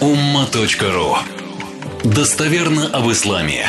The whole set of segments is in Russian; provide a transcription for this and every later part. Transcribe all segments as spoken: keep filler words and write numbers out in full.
умма точка ру. Достоверно об исламе.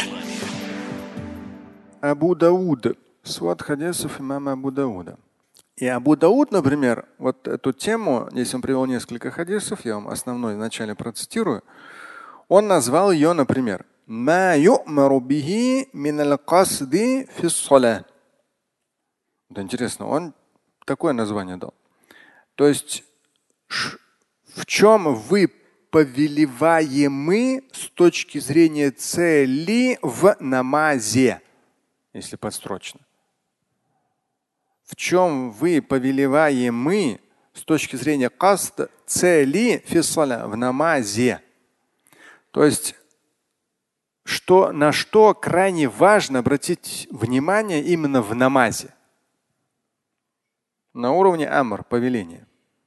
Абу Дауд. Свод хадисов имама Абу Дауда. И Абу Дауд, например, вот эту тему, здесь он привел несколько хадисов, я вам основной вначале процитирую. Он назвал ее, например, «Ма ю'мару бихи мин аль-касди фи ссаля». Это интересно, он такое название дал. То есть в чем вы повелеваемы с точки зрения цели в намазе, если подстрочно. В чем вы повелеваемы с точки зрения каст цели фиссаля в намазе. То есть что, на что крайне важно обратить внимание именно в намазе. На уровне амр, повеления.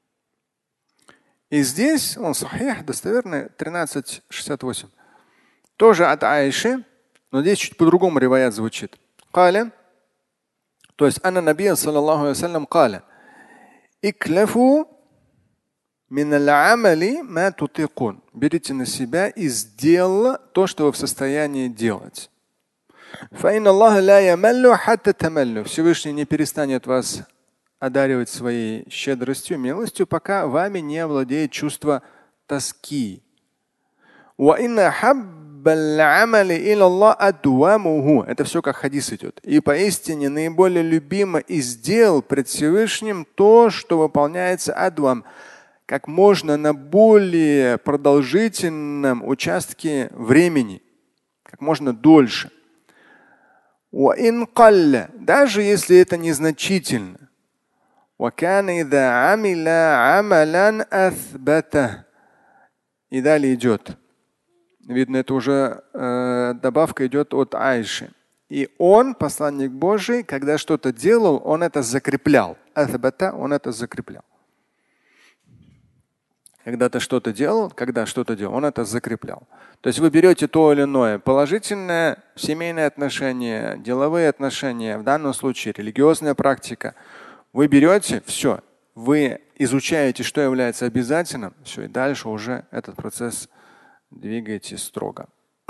И здесь он сахих, достоверный, тринадцать шестьдесят восемь. Тоже от Аиши, но здесь чуть по-другому риваят звучит. Каля, то есть анна набия саллаллаху алейхи вассалям каля. Иклафу мин аль-амали ма тутикун. Берите на себя из дела то, что вы в состоянии делать. Всевышний не перестанет вас одаривать своей щедростью, милостью, пока вами не овладеет чувство тоски. Это все как хадис идет. И поистине наиболее любимо из дел пред Всевышним то, что выполняется адвам, как можно на более продолжительном участке времени, как можно дольше. Даже если это незначительно. И далее идет. Видно, это уже э, добавка идет от Айши. И он, посланник Божий, когда что-то делал, он это закреплял. Аthbата, он это закреплял. Когда ты что-то делал, когда что-то делал, он это закреплял. То есть вы берете то или иное положительное, семейные отношения, деловые отношения, в данном случае религиозная практика. Вы берете все, вы изучаете, что является обязательным, все, и дальше уже этот процесс двигаете строго.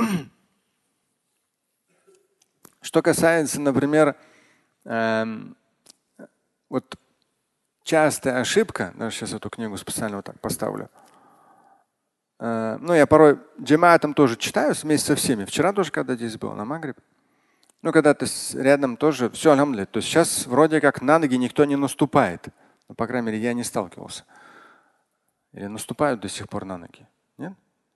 Что касается, например, эм, вот частая ошибка, даже сейчас эту книгу специально вот так поставлю. Э, ну, я порой джамаатом тоже читаю вместе со всеми. Вчера тоже, когда здесь был, на Магриб. Ну, когда ты рядом тоже, все, алхамдулилля. То есть сейчас вроде как на ноги никто не наступает. Ну, по крайней мере, я не сталкивался. Или наступают до сих пор на ноги? Нет?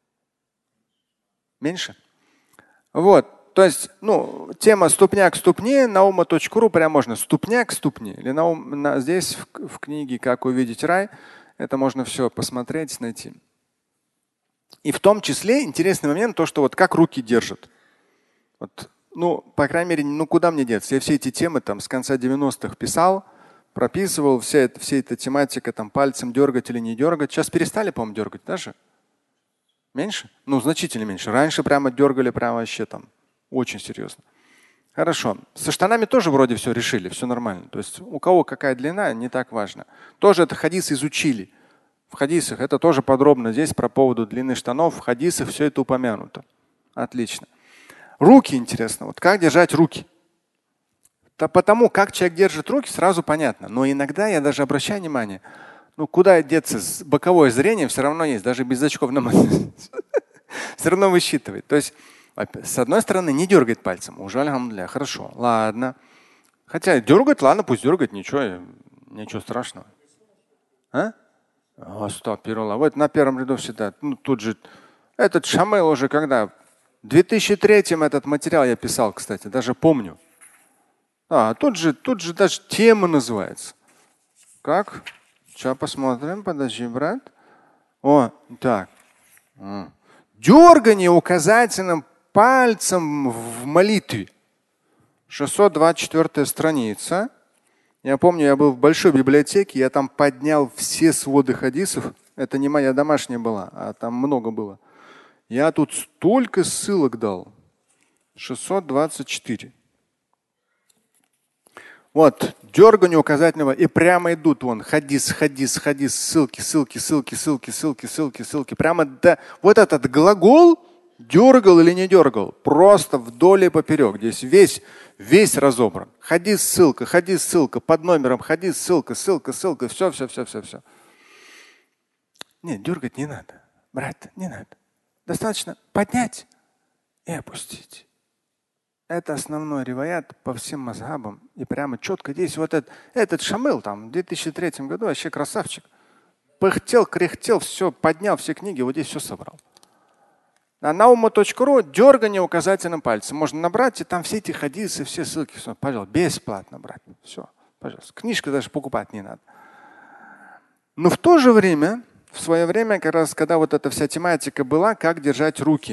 Меньше? Вот. То есть, ну, тема ступня к ступне, на умма точка ру прям можно ступня к ступне. Или на, на, здесь в, в книге «Как увидеть рай» это можно все посмотреть, найти. И в том числе интересный момент то, что вот как руки держат. Вот. Ну, по крайней мере, ну куда мне деться? Я все эти темы там с конца девяностых писал, прописывал, вся эта, вся эта тематика, там пальцем дергать или не дергать. Сейчас перестали, по-моему, дергать даже. Меньше? Ну, значительно меньше. Раньше прямо дергали, прямо вообще там очень серьезно. Хорошо. Со штанами тоже вроде все решили, все нормально. То есть у кого какая длина, не так важно. Тоже это хадис изучили. В хадисах это тоже подробно здесь про поводу длины штанов. В хадисах все это упомянуто. Отлично. Руки интересно. Вот как держать руки? Да потому, как человек держит руки, сразу понятно. Но иногда я даже обращаю внимание, ну куда деться, боковое зрение все равно есть, даже без очков на все равно высчитывает. То есть, с одной стороны, не дергает пальцем. Уже алхамдулилля, хорошо, ладно. Хотя дергает, ладно, пусть дергает, ничего, ничего страшного. А? Астагфируллах. Вот на первом ряду всегда. Ну, тут же этот Шамил уже когда? В две тысячи третьем этот материал я писал, кстати, даже помню. А, тут же, тут же даже тема называется. Как? Сейчас посмотрим, подожди, брат. О, так. Дергание указательным пальцем в молитве. шестьсот двадцать четвёртая страница. Я помню, я был в большой библиотеке, я там поднял все своды хадисов. Это не моя домашняя была, а там много было. Я тут столько ссылок дал. шестьсот двадцать четыре. Вот, дергание указательного, и прямо идут вон, хадис, хадис, хадис, ссылки, ссылки, ссылки, ссылки, ссылки, ссылки, ссылки. Прямо до... Вот этот глагол, дергал или не дергал, просто вдоль и поперек. Здесь весь, весь разобран. Хадис, ссылка, хадис, ссылка, под номером, хадис, ссылка, ссылка, ссылка, все, все, все, все, все. Нет, дергать не надо, брат, не надо. Достаточно поднять и опустить. Это основной риваят по всем мазхабам. И прямо четко здесь вот этот, этот Шамил там в две тысячи третьем году вообще красавчик. Пыхтел, кряхтел, все поднял, все книги, вот здесь все собрал. На nauма точка ру дергание указательным пальцем. Можно набрать, и там все эти хадисы, все ссылки, все, пожалуйста, бесплатно брать. Все, пожалуйста. Книжку даже покупать не надо. Но в то же время, в свое время, как раз, когда вот эта вся тематика была, как держать руки.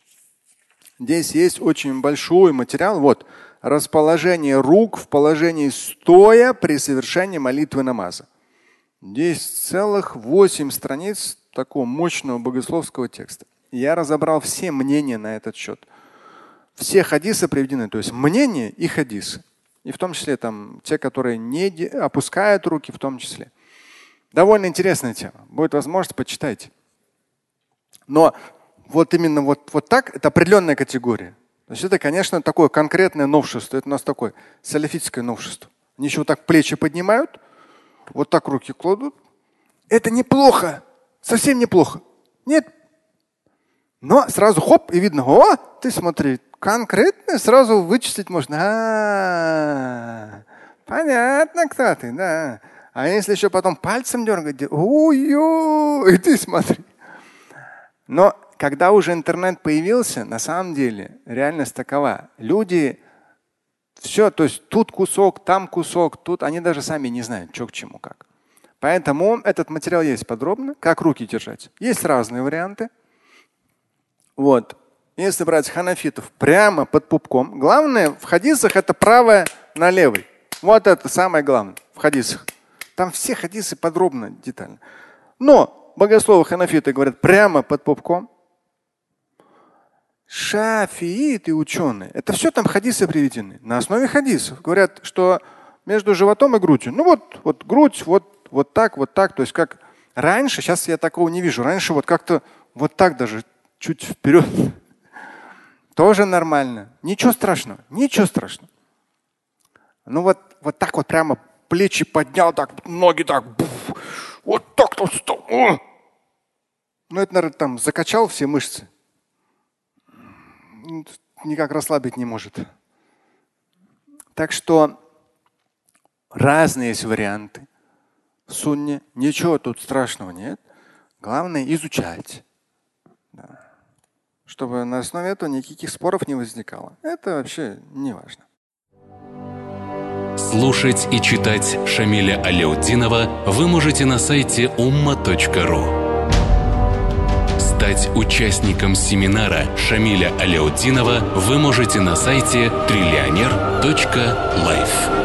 Здесь есть очень большой материал. Вот расположение рук в положении стоя при совершении молитвы намаза. Здесь целых восемь страниц такого мощного богословского текста. Я разобрал все мнения на этот счет. Все хадисы приведены, то есть мнения и хадисы. И в том числе там те, которые не опускают руки, в том числе. Довольно интересная тема. Будет возможность, почитайте. Но вот именно вот, вот так это определенная категория. То есть это, конечно, такое конкретное новшество. Это у нас такое салафитское новшество. Они еще вот так плечи поднимают, вот так руки кладут. Это неплохо. Совсем неплохо. Нет. Но сразу хоп, и видно, о, ты смотри, конкретно сразу вычислить можно. А-а-а, понятно, кто ты, да. А если еще потом пальцем дергать, ой-ой, ты смотри. Но когда уже интернет появился, на самом деле реальность такова. Люди все, то есть тут кусок, там кусок, тут они даже сами не знают, что к чему, как. Поэтому этот материал есть подробно, как руки держать. Есть разные варианты. Вот. Если брать ханафитов прямо под пупком, главное в хадисах это правое на левый. Вот это самое главное в хадисах. Там все хадисы подробно, детально. Но богословы ханафиты говорят прямо под пупком. Шафииты ученые, это все там хадисы приведены. На основе хадисов говорят, что между животом и грудью. Ну вот, вот грудь, вот, вот так, вот так. То есть как раньше, сейчас я такого не вижу. Раньше вот как-то вот так даже чуть вперед. Тоже нормально. Ничего страшного. Ничего страшного. Ну вот, вот так вот прямо плечи поднял, так ноги так. Буф, вот так-то встал. О! Ну это, наверное, там закачал все мышцы. Никак расслабить не может. Так что разные есть варианты. В сунне ничего тут страшного нет. Главное изучать. Да. Чтобы на основе этого никаких споров не возникало. Это вообще не важно. Слушать и читать Шамиля Аляутдинова вы можете на сайте умма точка ру. Стать участником семинара Шамиля Аляутдинова вы можете на сайте триллионер точка лайф.